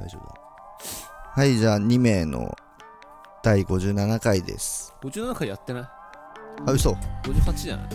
丈夫だ。はい、じゃあ2名の第57回です。 57回やってない？ あ、嘘。 58じゃない？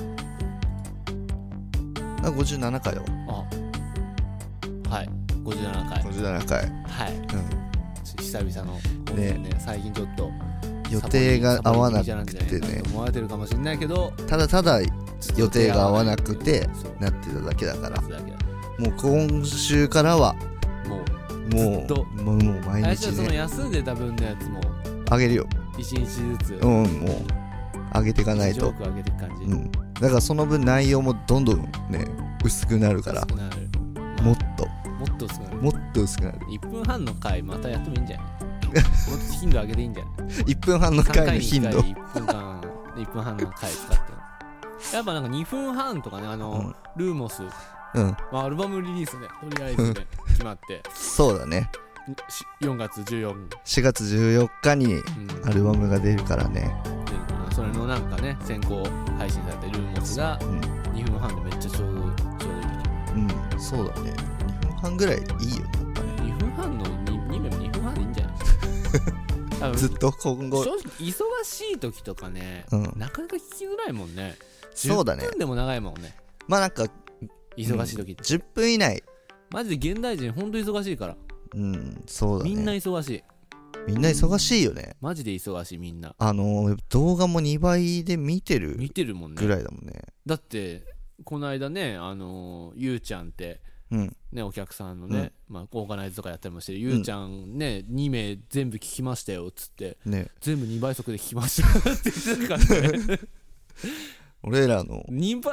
あ、57回よ。 はい、57回。 57回。 はい。久々のね、最近ちょっと予定が合わなくてね。 思われてるかもしれないけど、 ただただ予定が合わなくてなってただけだから。もう今週からはもう毎日ね。 最初その休んでた分のやつもあげるよ。 1日ずつ。 もうあげていかないと。 ジョークあげていく感じ。 だからその分内容もどんどんね薄くなるから。もっと薄くなる。 1分半の回またやってもいいんじゃない？もっと頻度上げていいんじゃない？ 1 分半の回の頻度。 1分半の回使って。やっぱなんか2分半とかね、ルーモス、アルバムリリースね、とりあえずね、決まって。 そうだね。 4月 14日にアルバムが出るからね。 それのなんかね、先行配信されてルーモスが2分半でめっちゃちょうどいい。 そうだね。2分半ぐらいいいよね、やっぱね。 2分半の2名も2分半でいいんじゃないずっと今後。 正直忙しい時とかね、なかなか聞きづらいもんね。 そうだね。 10分でも長いもんね。 まあなんか忙しい時って、 10分以内。 マジで現代人ほんと忙しいから。 そうだね。 みんな忙しい。 みんな忙しいよね。 マジで忙しい、みんな。 動画も2倍で見てるもんね。 ぐらいだもんね。 だってこの間ね、ゆうちゃんってね、お客さんのね、オーガナイズとかやったりもしてるゆうちゃんね、2名全部聞きましたよっつってね、全部2倍速で聞きましたって言ってたからね。 俺らの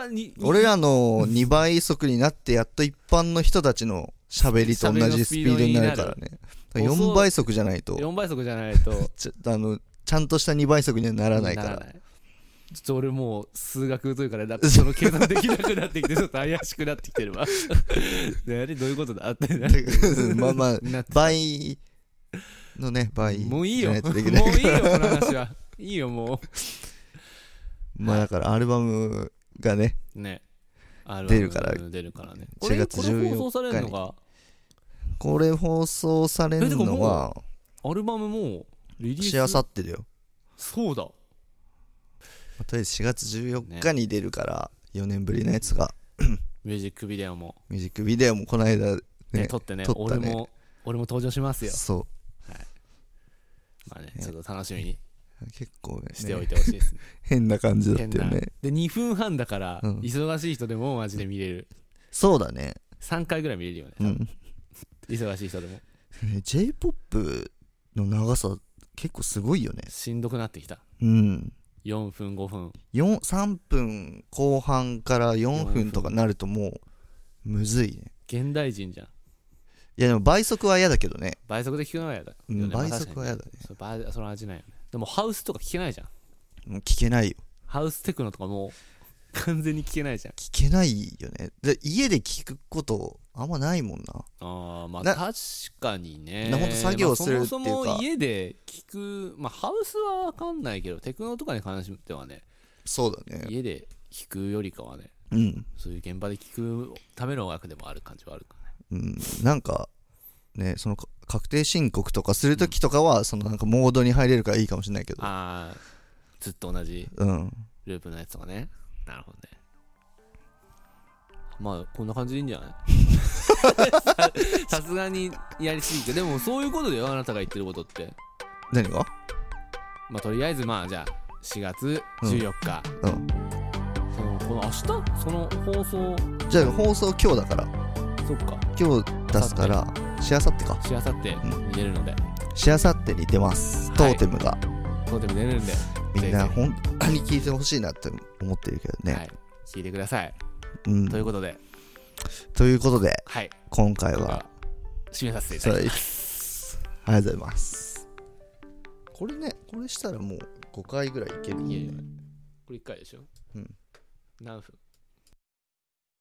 2倍速になってやっと一般の人たちの喋りと同じスピードになるからね。4倍速じゃないとちゃんとした2倍速にはならないから。 ちょっと俺もう数学というかね、その計算できなくなってきてちょっと怪しくなってきてるわ。どういうことだってまあまあ倍のね、倍もういいよこの話は。いいよもう。 まあだからアルバムがね出るからね。4月14日にこれ放送されるのはアルバムもうリリースしあさってだよ。 そうだ、 とりあえず4月14日に出るから4年ぶりのやつがミュージックビデオもこの間ね撮ってね、俺も登場しますよ。 そう、 まあね、ちょっと楽しみに結構ねしておいてほしいですね。 変な感じだったよね。 で2分半だから、忙しい人でもマジで見れる。 そうだね。 3回ぐらい見れるよね、忙しい人でも。 J-POP の長さ結構すごいよね。 しんどくなってきた。4分5分 3分後半から4分とかなるともうむずいね。 現代人じゃん。 いやでも倍速は嫌だけどね。 倍速で聞くのは嫌だ、 倍速は嫌だね。 その味ないよね。でもハウスとか聞けないじゃん。 聞けないよ。 ハウステクノとかもう完全に聞けないじゃん。 聞けないよね。で家で聞くことあんまないもんな。 まあ確かにね。 ほんと作業するっていうか、 そもそも家で聞く、ハウスは分かんないけどテクノとかに関してはね、 そうだね。 家で聞くよりかはね、そういう現場で聞くための音楽でもある感じはあるからね。 なんかね、その確定申告とかするときとかは、そのなんかモードに入れるからいいかもしれないけど、 ずっと同じループのやつとかね。なるほどね。まあこんな感じでいいんじゃないさすがにやりすぎて。でもそういうことだよ、あなたが言ってることって。 何が？ とりあえずじゃあ4月14日、この明日その放送、 じゃあ放送今日だから、 そっか、 今日出すからしあさってか、 しあさってに出るので、 しあさってに出ます、トーテムが。 トーテム出るんで、 みんな本当に聞いてほしいなって思ってるけどね。 聞いてください。ということで、 今回は締めさせていただきます。 ありがとうございます。これしたらもう5回ぐらいいけるよね。 これ1回でしょ。何分？